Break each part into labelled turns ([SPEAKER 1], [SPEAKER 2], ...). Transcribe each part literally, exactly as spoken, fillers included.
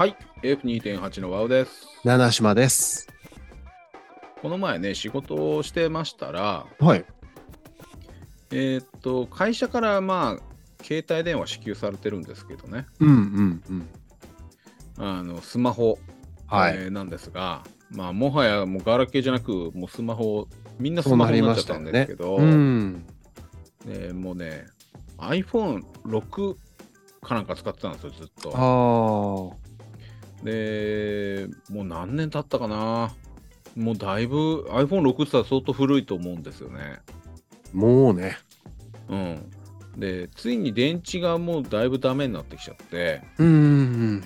[SPEAKER 1] はい、エフにてんはち のワウです。
[SPEAKER 2] 七島です。
[SPEAKER 1] この前ね、仕事をしてましたら、
[SPEAKER 2] はい。
[SPEAKER 1] えーっと、会社からまあ、携帯電話支給されてるんですけどね、
[SPEAKER 2] うんうんうん。
[SPEAKER 1] あのスマホ、
[SPEAKER 2] はい。
[SPEAKER 1] えーなんですが、まあ、もはやもうガラケーじゃなく、もうスマホ、みんなスマホになっ
[SPEAKER 2] そうなりま
[SPEAKER 1] ちゃったんです
[SPEAKER 2] したよね。う
[SPEAKER 1] けど、
[SPEAKER 2] ん。
[SPEAKER 1] ね、もうね、アイフォンシックス かなんか使ってたんですよ、ずっ
[SPEAKER 2] あ
[SPEAKER 1] と。
[SPEAKER 2] あ。
[SPEAKER 1] で、もう何年経ったかな。もうだいぶ アイフォンシックス って相当古いと思うんですよね。
[SPEAKER 2] もうね。
[SPEAKER 1] うん。で、ついに電池がもうだいぶダメになってきちゃって、
[SPEAKER 2] うんうん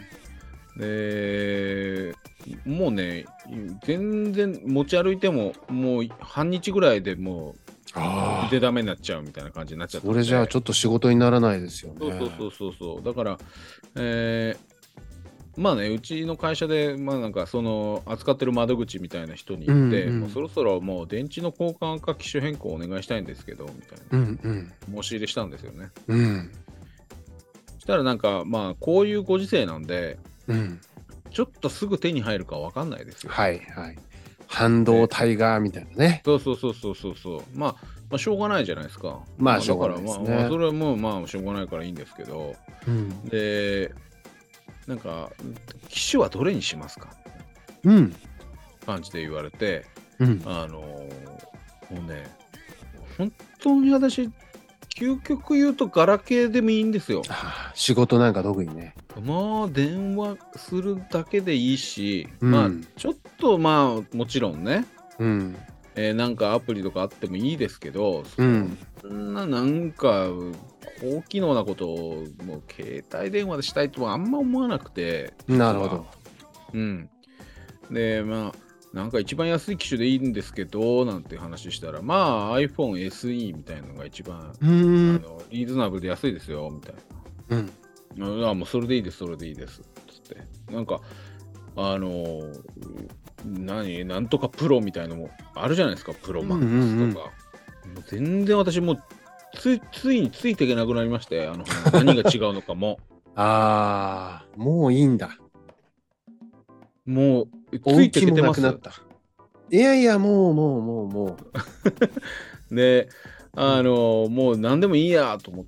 [SPEAKER 1] で、もうね、全然持ち歩いても、もう半日ぐらいでもう
[SPEAKER 2] ああ。
[SPEAKER 1] でダメになっちゃうみたいな感じになっちゃった
[SPEAKER 2] それじゃあ
[SPEAKER 1] んで、
[SPEAKER 2] ちょっと仕事にならないですよ
[SPEAKER 1] そうそう
[SPEAKER 2] ね。
[SPEAKER 1] そうそうそう、だから、えーまあね、うちの会社で、まあなんかその扱ってる窓口みたいな人に
[SPEAKER 2] うん
[SPEAKER 1] 言って、もうそ
[SPEAKER 2] うん。
[SPEAKER 1] ろそろもう電池の交換か機種変更お願いしたいんですけど、みたい
[SPEAKER 2] うんうん。
[SPEAKER 1] な申し入れしたんですよね。
[SPEAKER 2] うん。
[SPEAKER 1] したらなんか、まあこういうご時世なんで、
[SPEAKER 2] うん。
[SPEAKER 1] ちょっとすぐ手に入るかわかんないですよ。
[SPEAKER 2] はいはい。半導
[SPEAKER 1] で、
[SPEAKER 2] 体がみたいなね。
[SPEAKER 1] そうそうそうそうそうそう。まあ、まあ、しょうがないじゃないですか。まあ、
[SPEAKER 2] まあしょうがない
[SPEAKER 1] だから、まあ、まあ、
[SPEAKER 2] ですね。
[SPEAKER 1] それはもう、まあ、しょうがないからいいんですけど、
[SPEAKER 2] うん。
[SPEAKER 1] で、なんか、機種はどれにしますか
[SPEAKER 2] うん。
[SPEAKER 1] 感じで言われて、
[SPEAKER 2] うん。
[SPEAKER 1] あのーもうね、本当に私、究極言うとガラケーでもいいんですよ。
[SPEAKER 2] ああ、仕事なんか特にね。
[SPEAKER 1] まあ、電話するだけでいいし、まあ、
[SPEAKER 2] うん。
[SPEAKER 1] ちょっとまあ、もちろんね、
[SPEAKER 2] うん。
[SPEAKER 1] えーなんかアプリとかあってもいいですけど、
[SPEAKER 2] うん。
[SPEAKER 1] そんななんか高機能なことをもう携帯電話でしたいとはあんま思わなくて、実は。
[SPEAKER 2] なるほど。
[SPEAKER 1] うん。で、まあ、なんか一番安い機種でいいんですけど、なんて話したら、まあ iPhone エスイー みたいなのが一番、
[SPEAKER 2] うーん。
[SPEAKER 1] あの、リーズナブルで安いですよ、みたい
[SPEAKER 2] うん。
[SPEAKER 1] な。あ、もうそれでいいです、それでいいです。つって。なんか、あのー何なんとかプロみたいのもあるじゃないですか、プロマッ
[SPEAKER 2] うんうん
[SPEAKER 1] クスとか。
[SPEAKER 2] うん。
[SPEAKER 1] もう全然私もつついについていけなくなりまして、あの何が違うのかも。
[SPEAKER 2] ああ、もういいんだ。
[SPEAKER 1] もうついてい
[SPEAKER 2] 追う気も
[SPEAKER 1] けてます。
[SPEAKER 2] なくなった。いやいや、もうもうもうも
[SPEAKER 1] で、
[SPEAKER 2] う。うん。
[SPEAKER 1] あのもう何でもいいやと思って、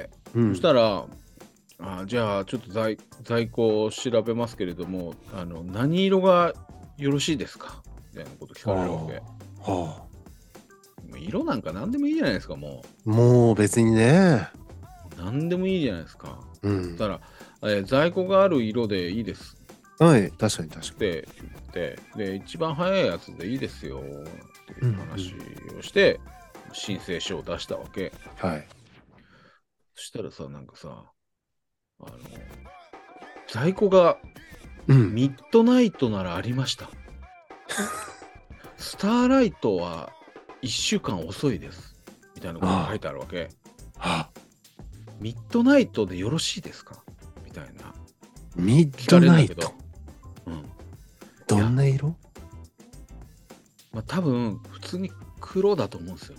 [SPEAKER 1] そし
[SPEAKER 2] うん。
[SPEAKER 1] たら、あじゃあちょっと在在庫を調べますけれども、あの何色がよろしいですかみたいなこと聞かれるわけ。
[SPEAKER 2] はあ。はあ。
[SPEAKER 1] もう色なんか何でもいいじゃないですか、も
[SPEAKER 2] もう別にね。
[SPEAKER 1] う。何でもいいじゃないですか。
[SPEAKER 2] うん。
[SPEAKER 1] そしたら、えー在庫がある色でいいです
[SPEAKER 2] はい。確かに確か
[SPEAKER 1] って言って、で、一番早いやつでいいですよって
[SPEAKER 2] に。うんう
[SPEAKER 1] いう話
[SPEAKER 2] ん。
[SPEAKER 1] をして、申請書を出したわけ。
[SPEAKER 2] はい。
[SPEAKER 1] そしたらさ、なんかさ、あの、在庫が
[SPEAKER 2] うん。
[SPEAKER 1] ミッドナイトならありました。スターライトはいっしゅうかん遅いです。みたいなことが書い
[SPEAKER 2] あ
[SPEAKER 1] てあるわけ。
[SPEAKER 2] あ。はあ。
[SPEAKER 1] ミッドナイトでよろしいですかみたいな。
[SPEAKER 2] ミッ
[SPEAKER 1] 聞か
[SPEAKER 2] ドナイト。
[SPEAKER 1] れるんだけど、うん。い
[SPEAKER 2] ど
[SPEAKER 1] や、
[SPEAKER 2] んな色？
[SPEAKER 1] まあ、多分、普通に黒だと思うんですよ。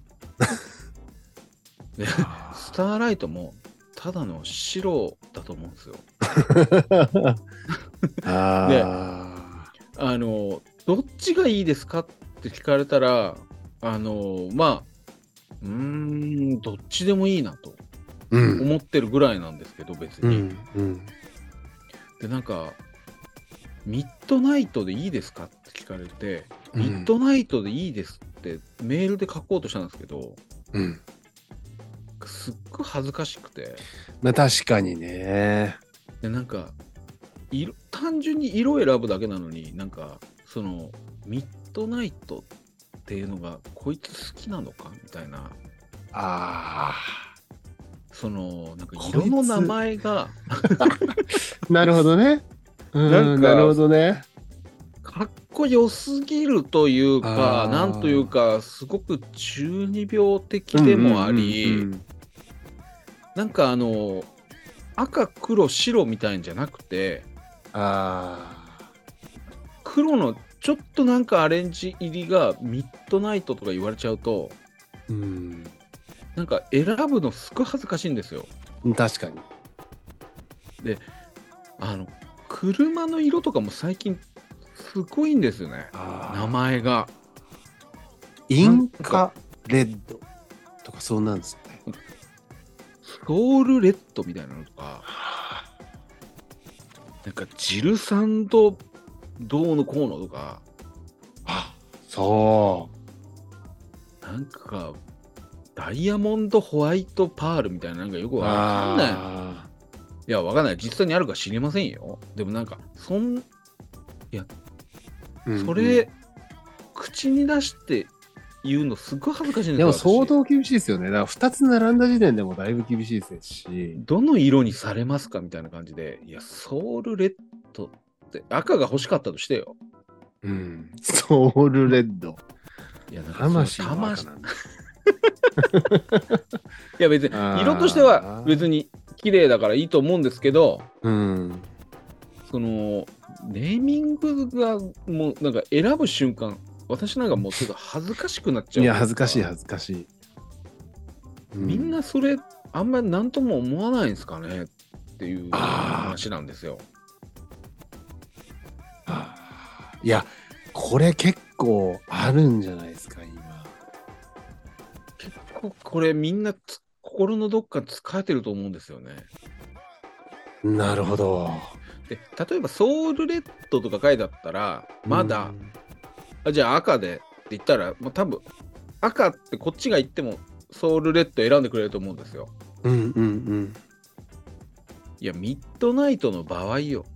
[SPEAKER 1] で、ス
[SPEAKER 2] あ
[SPEAKER 1] ターライトもただの白だと思うんですよ。
[SPEAKER 2] あ。
[SPEAKER 1] で、
[SPEAKER 2] ああ。
[SPEAKER 1] あの、どっちがいいですかって聞かれたら、あの、まあ、うーん、どっちでもいいなと
[SPEAKER 2] うん。
[SPEAKER 1] 思ってるぐらいなんですけど、別に。
[SPEAKER 2] うんうん。
[SPEAKER 1] で、なんか、ミッドナイトでいいですかって聞かれて、ミッ
[SPEAKER 2] うん。
[SPEAKER 1] ドナイトでいいですってメールで書こうとしたんですけど、
[SPEAKER 2] うん。
[SPEAKER 1] すっごい恥ずかしくて、
[SPEAKER 2] まあ確かにね。
[SPEAKER 1] で、なんか、色単純に色を選ぶだけなのに、なんか、その、ミッドナイトっていうのが、こいつ好きなのかみたいな、
[SPEAKER 2] ああ。
[SPEAKER 1] その、なんか
[SPEAKER 2] こ
[SPEAKER 1] 色の名
[SPEAKER 2] いつ。
[SPEAKER 1] 前が、
[SPEAKER 2] なるほどね。うん、なる
[SPEAKER 1] なんか、
[SPEAKER 2] ほどね。
[SPEAKER 1] かっこよすぎるというか、なんという
[SPEAKER 2] ああ。
[SPEAKER 1] か、すごく中二病的
[SPEAKER 2] うんうん
[SPEAKER 1] でもあ
[SPEAKER 2] うんう
[SPEAKER 1] り、
[SPEAKER 2] ん。
[SPEAKER 1] なんかあの、赤、黒、白みたいんじゃなくて、
[SPEAKER 2] あ
[SPEAKER 1] 黒のちょっとなんかアレンジ入りがミッドナイトとか言われちゃうと、
[SPEAKER 2] あ。うん。
[SPEAKER 1] なんか選ぶのすごい恥ずかしいんですよ。
[SPEAKER 2] 確かに。
[SPEAKER 1] で、あの、 車の色とかも最近すごいんですよね。名前が。
[SPEAKER 2] インカレッドとかそうなんですよね。
[SPEAKER 1] ソウルレッドみたいなのとか、なんかジルサンドどうのこうのとか、
[SPEAKER 2] あ、そう。
[SPEAKER 1] なんかダイヤモンドホワイトパールみたいな、なんかよくわかんない。いや、わかんない。実際にあるか知りませんよ。でもなんか、そん、いや、
[SPEAKER 2] うんうん、
[SPEAKER 1] それ、口に出して言うのすっごい恥ずかしいんですよ。
[SPEAKER 2] でも相当厳しいですよね。だからふたつ並んだ時点でもだいぶ厳しいですし。ど
[SPEAKER 1] の色にされますかみたいな感じで、いや、ソウルレッドって赤が欲しかったとしてよ。
[SPEAKER 2] うん。ソウルレッド。
[SPEAKER 1] いや、なんか
[SPEAKER 2] 魂の赤なんだ。
[SPEAKER 1] いや、別に色としては別に綺麗だからいいと思うんですけど、
[SPEAKER 2] うん、
[SPEAKER 1] そのネーミングがもうなんか選ぶ瞬間、私なんかもうちょっと恥ずかしくなっちゃう。
[SPEAKER 2] いや、恥ずかしい恥ずかしい。
[SPEAKER 1] うん、みんなそれあんまり何とも思わないんですかねっていう話なんですよ。
[SPEAKER 2] いや、これ結構あるんじゃないですか、今。
[SPEAKER 1] 結構これみんな心のどっか使えてると思うんですよね。
[SPEAKER 2] なるほど。
[SPEAKER 1] で、例えばソウルレッドとか書いてあったらまだ、あ、じゃあ赤でって言ったら、まあ、多分赤ってこっちが言ってもソウルレッド選んでくれると思うんですよ。
[SPEAKER 2] うんうんうん。
[SPEAKER 1] いや、ミッドナイトの場合よ。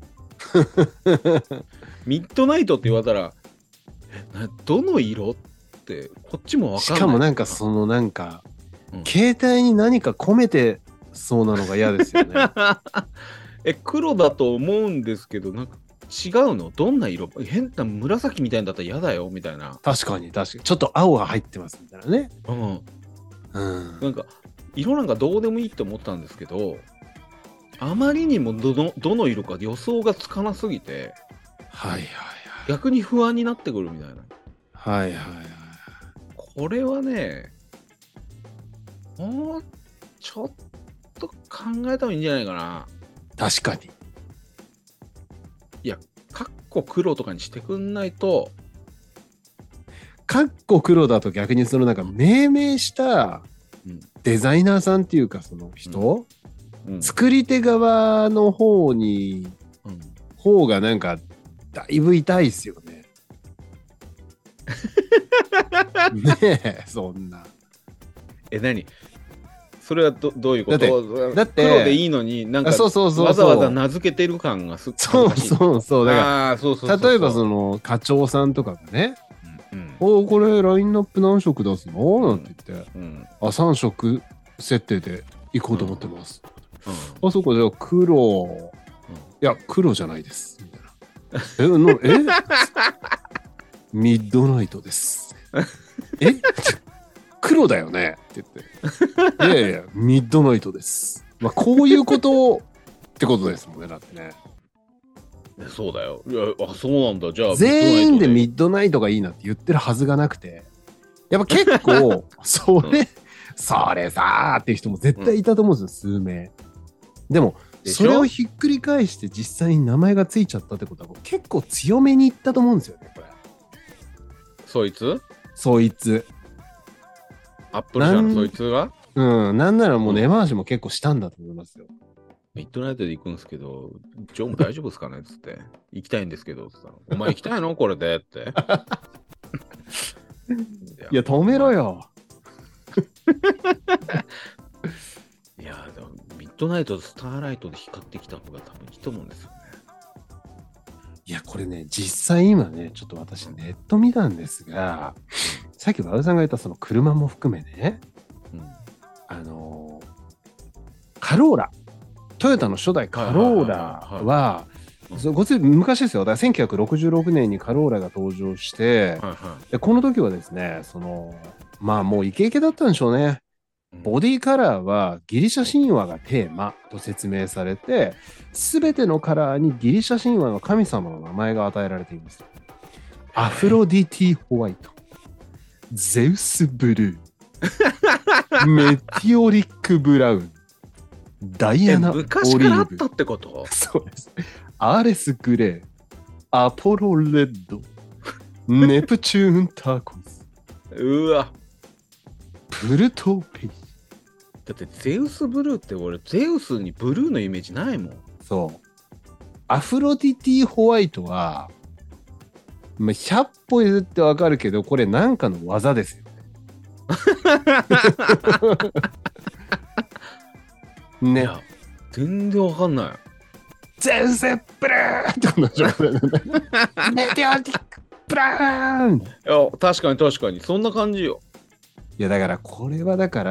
[SPEAKER 1] ミッドナイトって言われたら、え、どの色ってこっちも分かんない。
[SPEAKER 2] しかもなんかそのなんか、うん、携帯に何か込めてそうなのが嫌ですよね。
[SPEAKER 1] え、黒だと思うんですけど、なんか違うの？どんな色？変な紫みたいんだったら嫌だよみたいな。
[SPEAKER 2] 確かに確かに。ちょっと青が入ってますみたいなね。
[SPEAKER 1] うん。
[SPEAKER 2] うん、
[SPEAKER 1] なんか色なんかどうでもいいって思ったんですけど、あまりにもどの、どの色か予想がつかなすぎて、
[SPEAKER 2] はいはいはい。
[SPEAKER 1] 逆に不安になってくるみたいな。
[SPEAKER 2] はいはいはい。
[SPEAKER 1] これはね、もうちょっと考えた方がいいんじゃないかな。
[SPEAKER 2] 確かに。
[SPEAKER 1] いや、カッコ黒とかにしてくんないと。
[SPEAKER 2] カッコ黒だと逆にそのなんか命名したデザイナーさんっていうかその人、うんうん、作り手側の方に、うん、方がなんかだいぶ痛いっすよね。ねえ、そんな。
[SPEAKER 1] え、何？それは ど, どういうこと？
[SPEAKER 2] だって、
[SPEAKER 1] 黒でいいのになんか
[SPEAKER 2] そうそうそうそう
[SPEAKER 1] わざわざ名付けてる感がすっごい。
[SPEAKER 2] そうそうそう。だからそうそうそうそう、例えばその課長さんとかがね、うんうん、おこれラインナップ何色出すの、うん、なんて言って、うん、あさん色設定で行こうと思ってます。うんうん、あそこでは黒、うん、いや黒じゃないですみたいな。えのえミッドナイトです。え黒だよねって言って。いやいや、ミッドナイトです。まあ、こういうことってことですもんね、だってね。
[SPEAKER 1] そうだよ。いや、あ、そうなんだ。じゃあ、
[SPEAKER 2] 全員でミッドナイトがいいなって言ってるはずがなくて、やっぱ結構、それ、うん、それさーっていう人も絶対いたと思うんですよ、数名。でも、それをひっくり返して実際に名前がついちゃったってことは、結構強めにいったと思うんですよね、これ。
[SPEAKER 1] そいつ？
[SPEAKER 2] そいつ。
[SPEAKER 1] アップル社のそいつが？
[SPEAKER 2] うん、なんならもう根回しも結構したんだと思いますよ。
[SPEAKER 1] ミッドナイトで行くんですけど、ジョーも大丈夫ですかねっつって、行きたいんですけど、つったら、お前行きたいのこれでって。
[SPEAKER 2] いや、止めろよ。
[SPEAKER 1] いや、でもミッドナイトとスターライトで光ってきた方が多分いいと思うんですよね。
[SPEAKER 2] いや、これね、実際今ね、ちょっと私ネット見たんですが、さっき和田さんが言ったその車も含めね、うん、あのカローラ、トヨタの初代カローラは、ごつい昔ですよ。だからせんきゅうひゃくろくじゅうろくねんにカローラが登場して、はいはい、でこの時はですね、そのまあもうイケイケだったんでしょうね。ボディカラーはギリシャ神話がテーマと説明されて、すべてのカラーにギリシャ神話の神様の名前が与えられています。アフロディティホワイト、ゼウスブルー、メティオリックブラウン、ダイアナオリーブ。
[SPEAKER 1] 昔からあったってこと？
[SPEAKER 2] そうです。 アーレスグレー、アポロレッド、ネプチューンターコイズ、
[SPEAKER 1] うわ。
[SPEAKER 2] プルトペイジ。
[SPEAKER 1] だってゼウスブルーって俺、ゼウスにブルーのイメージないもん。
[SPEAKER 2] そう。アフロディティホワイトは、まあ、ひゃっぽ譲ってわかるけど、これなんかの技ですよね。ね。
[SPEAKER 1] いや、全然わかんない。
[SPEAKER 2] ゼウスブルーってことでしょメテオティックブラウン。い
[SPEAKER 1] や、確かに確かに、そんな感じよ。
[SPEAKER 2] いや、だからこれはだから、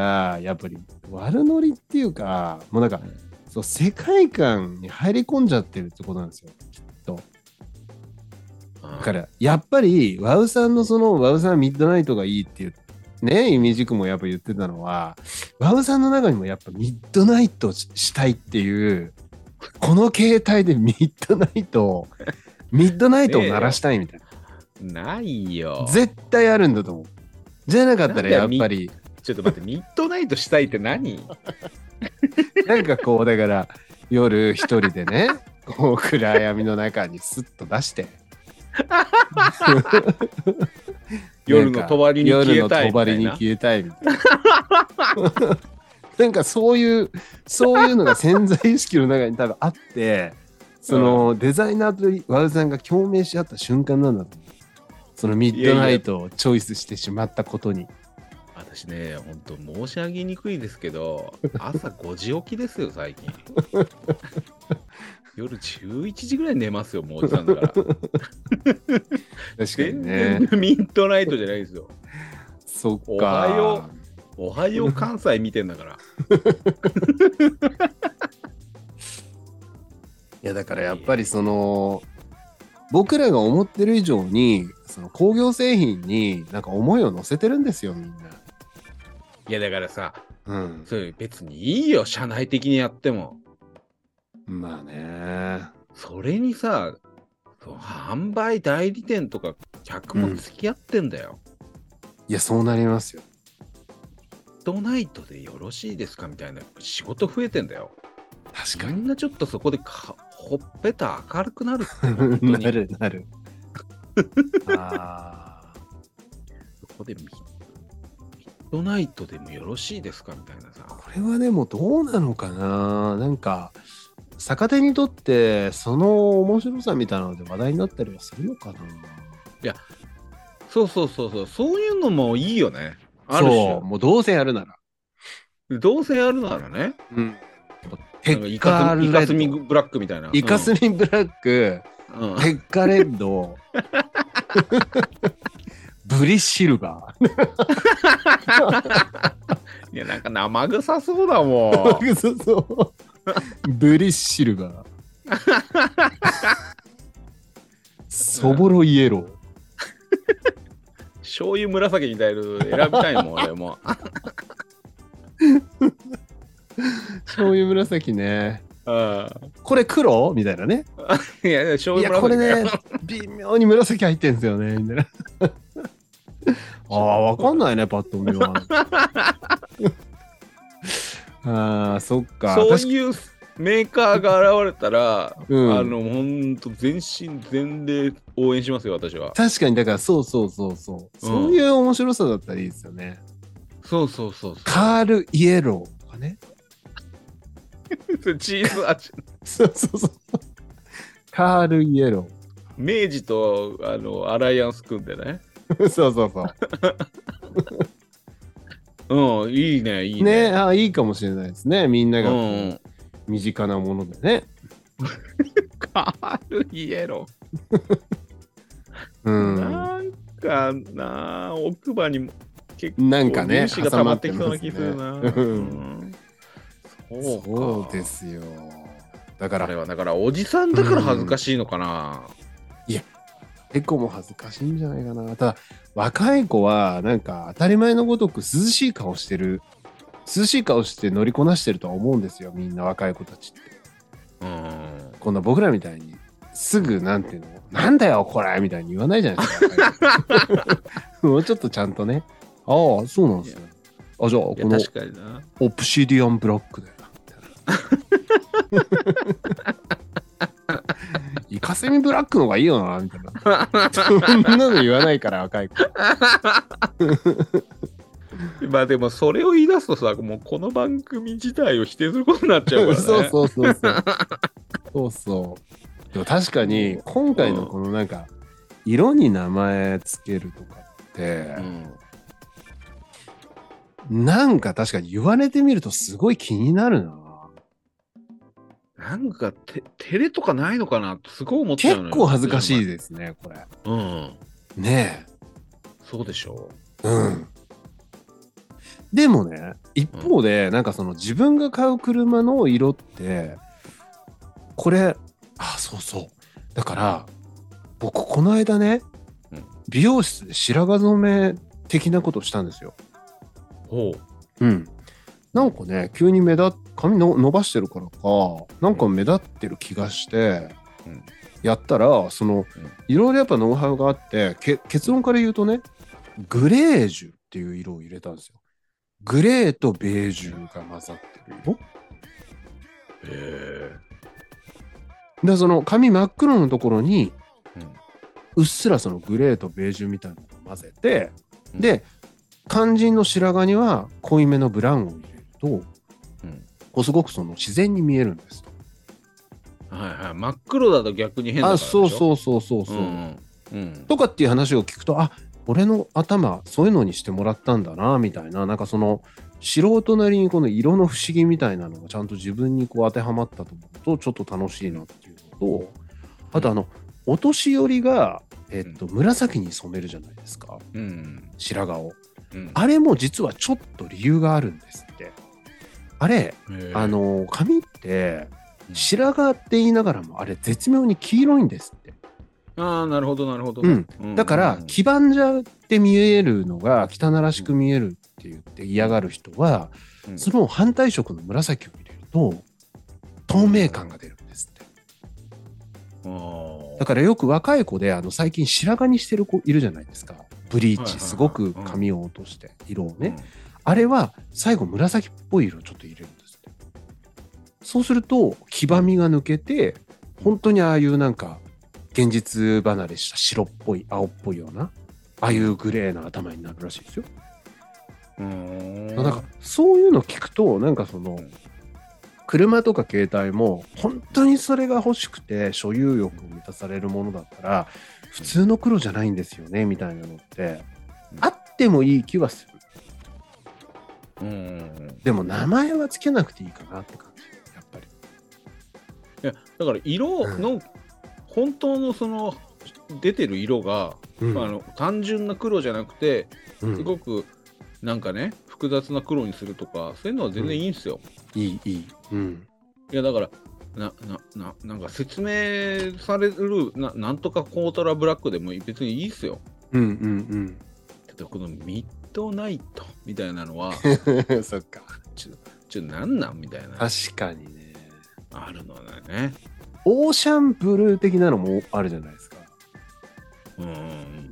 [SPEAKER 2] やっぱり悪ノリっていうか、もうなんか、そう世界観に入り込んじゃってるってことなんですよ、きっと。だからやっぱりワウさんのそのワウさんミッドナイトがいいっていうね、イミジクもやっぱ言ってたのは、ワウさんの中にもやっぱミッドナイトしたいっていうこの形態でミッドナイトミッドナイトを鳴らしたいみたい
[SPEAKER 1] な。ないよ。
[SPEAKER 2] 絶対あるんだと思う。じゃなかったらやっぱり
[SPEAKER 1] ちょっと待って、ミッドナイトしたいって何？
[SPEAKER 2] なんかこうだから夜一人でね、こう暗闇の中にスッと出して
[SPEAKER 1] 夜の帳に消えたいみたいな。
[SPEAKER 2] 夜の帳に消えたいみたいな。なんかそういうそういうのが潜在意識の中に多分あって、その、うん、デザイナーとワウさんが共鳴し合った瞬間なんだと思う。そのミッドナイトをチョイスしてしまったことに。いやいや
[SPEAKER 1] 私ね、本当申し上げにくいですけど、朝ごじ起きですよ、最近。夜じゅういちじぐらい寝ますよ、もうおじさんだから。確か
[SPEAKER 2] にね。
[SPEAKER 1] 全然ミッドナイトじゃないですよ。
[SPEAKER 2] そっか。
[SPEAKER 1] おはよう、おはよう関西見てんだから。
[SPEAKER 2] いや、だからやっぱりその、僕らが思ってる以上に、その工業製品になんか思いを乗せてるんですよ、みんな。
[SPEAKER 1] いやだからさ、
[SPEAKER 2] うん、
[SPEAKER 1] それ別にいいよ、社内的にやっても。
[SPEAKER 2] まあね。
[SPEAKER 1] それにさ、販売代理店とか客も付き合ってんだよ。
[SPEAKER 2] うん、いや、そうなりますよ。
[SPEAKER 1] ミッドナイトでよろしいですかみたいな仕事増えてんだよ。
[SPEAKER 2] 確かに。
[SPEAKER 1] みんなちょっとそこでかほっぺた明るくなるって
[SPEAKER 2] なるなる。ああ。
[SPEAKER 1] そこでミッドナイトでもよろしいですかみたいなさ。
[SPEAKER 2] これはでもどうなのかな。なんか逆手にとってその面白さみたいなので話題になったりはするのかな。い
[SPEAKER 1] や、そうそうそうそう、そういうのもいいよね。
[SPEAKER 2] ある種。そう、もうどうせやるなら。
[SPEAKER 1] どうせやるならね。
[SPEAKER 2] うん。
[SPEAKER 1] テッカーイカスミブラックみたいな。
[SPEAKER 2] イカスミブラック、うん、テッカレッド、ブリシルバ
[SPEAKER 1] ー。いや、なんか生臭そうだもん。
[SPEAKER 2] 生臭そう。ブリシルバー。そぼろイエロー。
[SPEAKER 1] 醤油紫みたいなの選びたいもん、俺も。
[SPEAKER 2] 醤油紫ね。これ黒みたいなね。
[SPEAKER 1] いや、醤油
[SPEAKER 2] 紫。いや、これね、微妙に紫入ってんすよね。みたいな。ああ、わかんないね、パッと見は。ああ、そっか。
[SPEAKER 1] そういうメーカーが現れたら、うん、あの、ほんと全身全霊応援しますよ、私は。
[SPEAKER 2] 確かに、だから、そうそうそうそう。うん、そういう面白さだったらいいですよね。
[SPEAKER 1] そうそうそうそう。
[SPEAKER 2] カール・イエローとかね。
[SPEAKER 1] チーズ味。
[SPEAKER 2] そうそうそう。カール・イエロ
[SPEAKER 1] ー。明治とあのアライアンス組んでね。
[SPEAKER 2] そうそうそう。
[SPEAKER 1] うん、いいね、いいね。
[SPEAKER 2] ね、あ、いいかもしれないですね。みんなが、うん、身近なものでね。
[SPEAKER 1] カール・イエロ
[SPEAKER 2] ー。うん、
[SPEAKER 1] なんかな、奥歯にも結構
[SPEAKER 2] なんかね、
[SPEAKER 1] 粒子が溜まってきそうな気するな。
[SPEAKER 2] うん、そうそうですよ。だから
[SPEAKER 1] あれはだからおじさんだから恥ずかしいのかな。
[SPEAKER 2] うん、いや、エコも恥ずかしいんじゃないかな。ただ若い子はなんか当たり前のごとく涼しい顔してる、涼しい顔して乗りこなしてるとは思うんですよ。みんな若い子たちって。うん。こんな僕らみたいにすぐなんていうの、なんだよこれみたいに言わないじゃないですか。もうちょっとちゃんとね。ああ、そうなんですね。あ、じゃあこのオプシディアンブラックだよ。 イカセミブラックの方がいいよなみたいな。そんなの言わないから若い子。
[SPEAKER 1] まあでもそれを言い出すとさ、もうこの番組自体を否定することになっちゃうからね。
[SPEAKER 2] そうそうそうそう。そうそう。でも確かに今回のこのなんか色に名前つけるとかって、うん、なんか確かに言われてみるとすごい気になるな。
[SPEAKER 1] なんかて照れとかないのかなってすごい思っちゃうのよ。
[SPEAKER 2] 結構恥ずかしいですねこれ。
[SPEAKER 1] うん。
[SPEAKER 2] ねえ。
[SPEAKER 1] そうでしょ
[SPEAKER 2] う。うん。でもね、一方で、うん、なんかその自分が買う車の色って、これ、あ、そうそう。だから、僕、この間ね、うん、美容室で白髪染め的なことをしたんですよ。
[SPEAKER 1] ほ
[SPEAKER 2] う。うん。なんかね、急に目立っ、髪の伸ばしてるからか、なんか目立ってる気がして、うん、やったら、その、いろいろやっぱノウハウがあって、け結論から言うとね、グレージュっていう色を入れたんですよ。グレーとベージュが混ざってる色。
[SPEAKER 1] へ
[SPEAKER 2] え。で、その髪真っ黒のところに、うん、うっすらそのグレーとベージュみたいなのを混ぜて、うん、で、肝心の白髪には濃いめのブラウンを入れると、うん、こうすごくその自然に見えるんですと。
[SPEAKER 1] はいはい。真っ黒だと逆に変だからでしょ。
[SPEAKER 2] あ、そうそうそうそうそう。うんうん、とかっていう話を聞くと、あ、俺の頭そういうのにしてもらったんだなみたいな、なんかその素人なりにこの色の不思議みたいなのがちゃんと自分にこう当てはまったと思うとちょっと楽しいなっていうのと、あとあの、うん、お年寄りが、えっと、紫に染めるじゃないですか、うん、白髪を、うん、あれも実はちょっと理由があるんですって。あれあの髪って白髪って言いながらもあれ絶妙に黄色いんですって。
[SPEAKER 1] ああ、なるほどなるほど、
[SPEAKER 2] ね、うん、だから黄ばんじゃって見えるのが汚らしく見えるって言って嫌がる人は、うん、その反対色の紫を入れると透明感が出るんですって。うん、だからよく若い子であの最近白髪にしてる子いるじゃないですか。ブリーチすごく髪を落として色をね、うん、あれは最後紫っぽい色をちょっと入れるんですって。そうすると黄ばみが抜けて本当にああいうなんか現実離れした白っぽい青っぽいようなああいうグレーな頭になるらしいですよ。うーん、なんかそういうの聞くとなんかその車とか携帯も本当にそれが欲しくて所有欲を満たされるものだったら普通の黒じゃないんですよねみたいなのってあってもいい気はする。うん、でも名前はつけなくていいかなって感じやっぱり。
[SPEAKER 1] いやだから色の、うん、本当のその出てる色が、うん、あの単純な黒じゃなくて、うん、すごくなんかね複雑な黒にするとかそういうのは全然いいんですよ。
[SPEAKER 2] うん、いいいい。うん、
[SPEAKER 1] いやだからななななんか説明される な, なんとかコートラブラックでも別にいいっすよ。
[SPEAKER 2] うんうんうん。
[SPEAKER 1] ただこのミッドナイトみたいなのは
[SPEAKER 2] そっか。
[SPEAKER 1] ちょちょなんなんみたいな。
[SPEAKER 2] 確かにね。
[SPEAKER 1] あるのだよね。
[SPEAKER 2] オーシャンブルー的なのもあるじゃないですか。うん。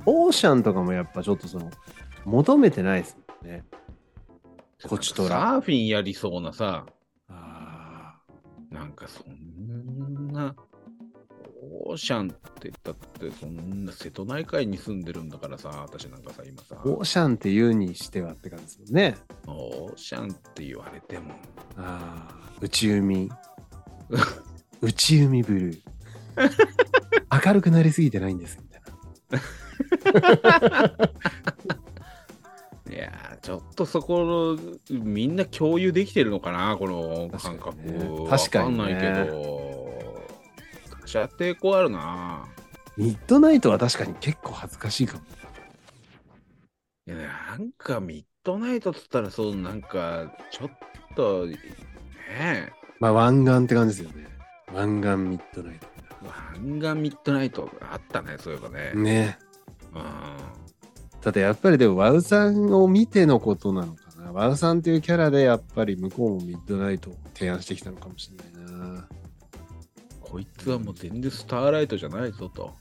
[SPEAKER 2] オーシャンとかもやっぱちょっとその求めてないですもんね。こちとら。
[SPEAKER 1] サーフィンやりそうなさ。あなんかそんなオーシャンって言ったってそんな瀬戸内海に住んでるんだからさ、私なんかさ今さ。
[SPEAKER 2] オーシャンって言うにしてはって感じですよね。
[SPEAKER 1] オーシャンって言われても。
[SPEAKER 2] ああ、内海。内海ブルー。明るくなりすぎてないんですみたいな。
[SPEAKER 1] いやーちょっとそこのみんな共有できてるのかなこの感覚。
[SPEAKER 2] 確かにね。
[SPEAKER 1] わかんないけど私は抵抗あるな。
[SPEAKER 2] ミッドナイトは確かに結構恥ずかしいかも。
[SPEAKER 1] いやなんかミッドナイトっつったらそうなんかちょっとねえ
[SPEAKER 2] まあ湾岸って感じですよね。湾岸ミッドナイト。
[SPEAKER 1] 湾岸ミッドナイトあったねそういえばね。
[SPEAKER 2] ね。うん。だってやっぱりでもワウさんを見てのことなのかな。ワウさんっていうキャラでやっぱり向こうもミッドナイトを提案してきたのかもしれないな。
[SPEAKER 1] こいつはもう全然スターライトじゃないぞと。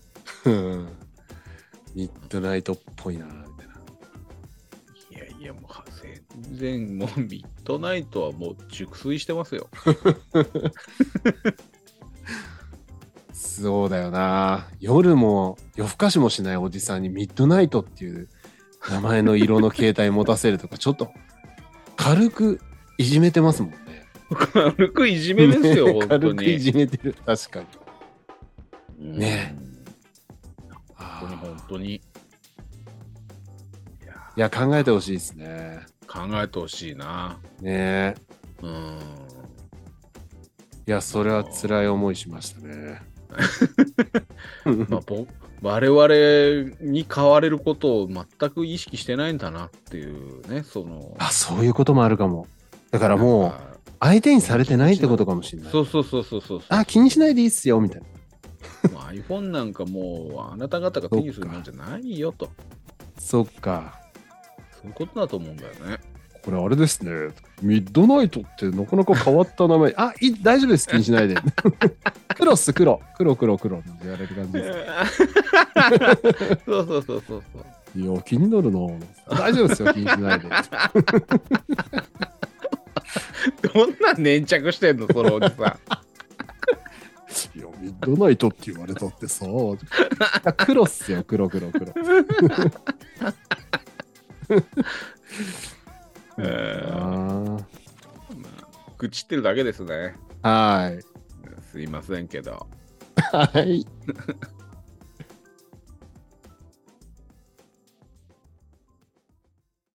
[SPEAKER 2] ミッドナイトっぽいなみたいな。
[SPEAKER 1] いやいやもう全然もうミッドナイトはもう熟睡してますよ。
[SPEAKER 2] そうだよな。夜も夜更かしもしないおじさんにミッドナイトっていう名前の色の携帯持たせるとか、ちょっと軽くいじめてますもんね。
[SPEAKER 1] 軽くいじめですよ、本当
[SPEAKER 2] 軽くい
[SPEAKER 1] に。
[SPEAKER 2] じめてる。確かに。
[SPEAKER 1] うん
[SPEAKER 2] ね
[SPEAKER 1] 本当に本当に。い
[SPEAKER 2] いや、考えてほしいですね。
[SPEAKER 1] 考えてほしいな。
[SPEAKER 2] ね
[SPEAKER 1] うん。
[SPEAKER 2] いや、それは辛い思いしましたね。
[SPEAKER 1] まあ、ぼ我々に変われることを全く意識してないんだなっていうね、その。
[SPEAKER 2] あ、そういうこともあるかも。だからもう、相手にされてないってことかもしれない。
[SPEAKER 1] そうそうそうそうそう。
[SPEAKER 2] あ、気にしないでいいっすよ、みたいな。
[SPEAKER 1] もう iPhone なんかもう、あなた方が手にするもんじゃないよと。
[SPEAKER 2] そっか。
[SPEAKER 1] そういうことだと思うんだよね。
[SPEAKER 2] これあれですね。ミッドナイトってなかなか変わった名前。あ、い大丈夫です。気にしないで。黒っす、黒。黒、黒、黒。って言われる感じです。
[SPEAKER 1] そうそうそうそうそう。
[SPEAKER 2] いや、気になるな。大丈夫ですよ。気にしないで。
[SPEAKER 1] どんな粘着してんの、そのおじさん。
[SPEAKER 2] いや、ミッドナイトって言われたってさ。黒っすよ。黒、黒、黒。
[SPEAKER 1] えーまあ、愚痴ってるだけですね。
[SPEAKER 2] はい。
[SPEAKER 1] すいませんけど。
[SPEAKER 2] はい。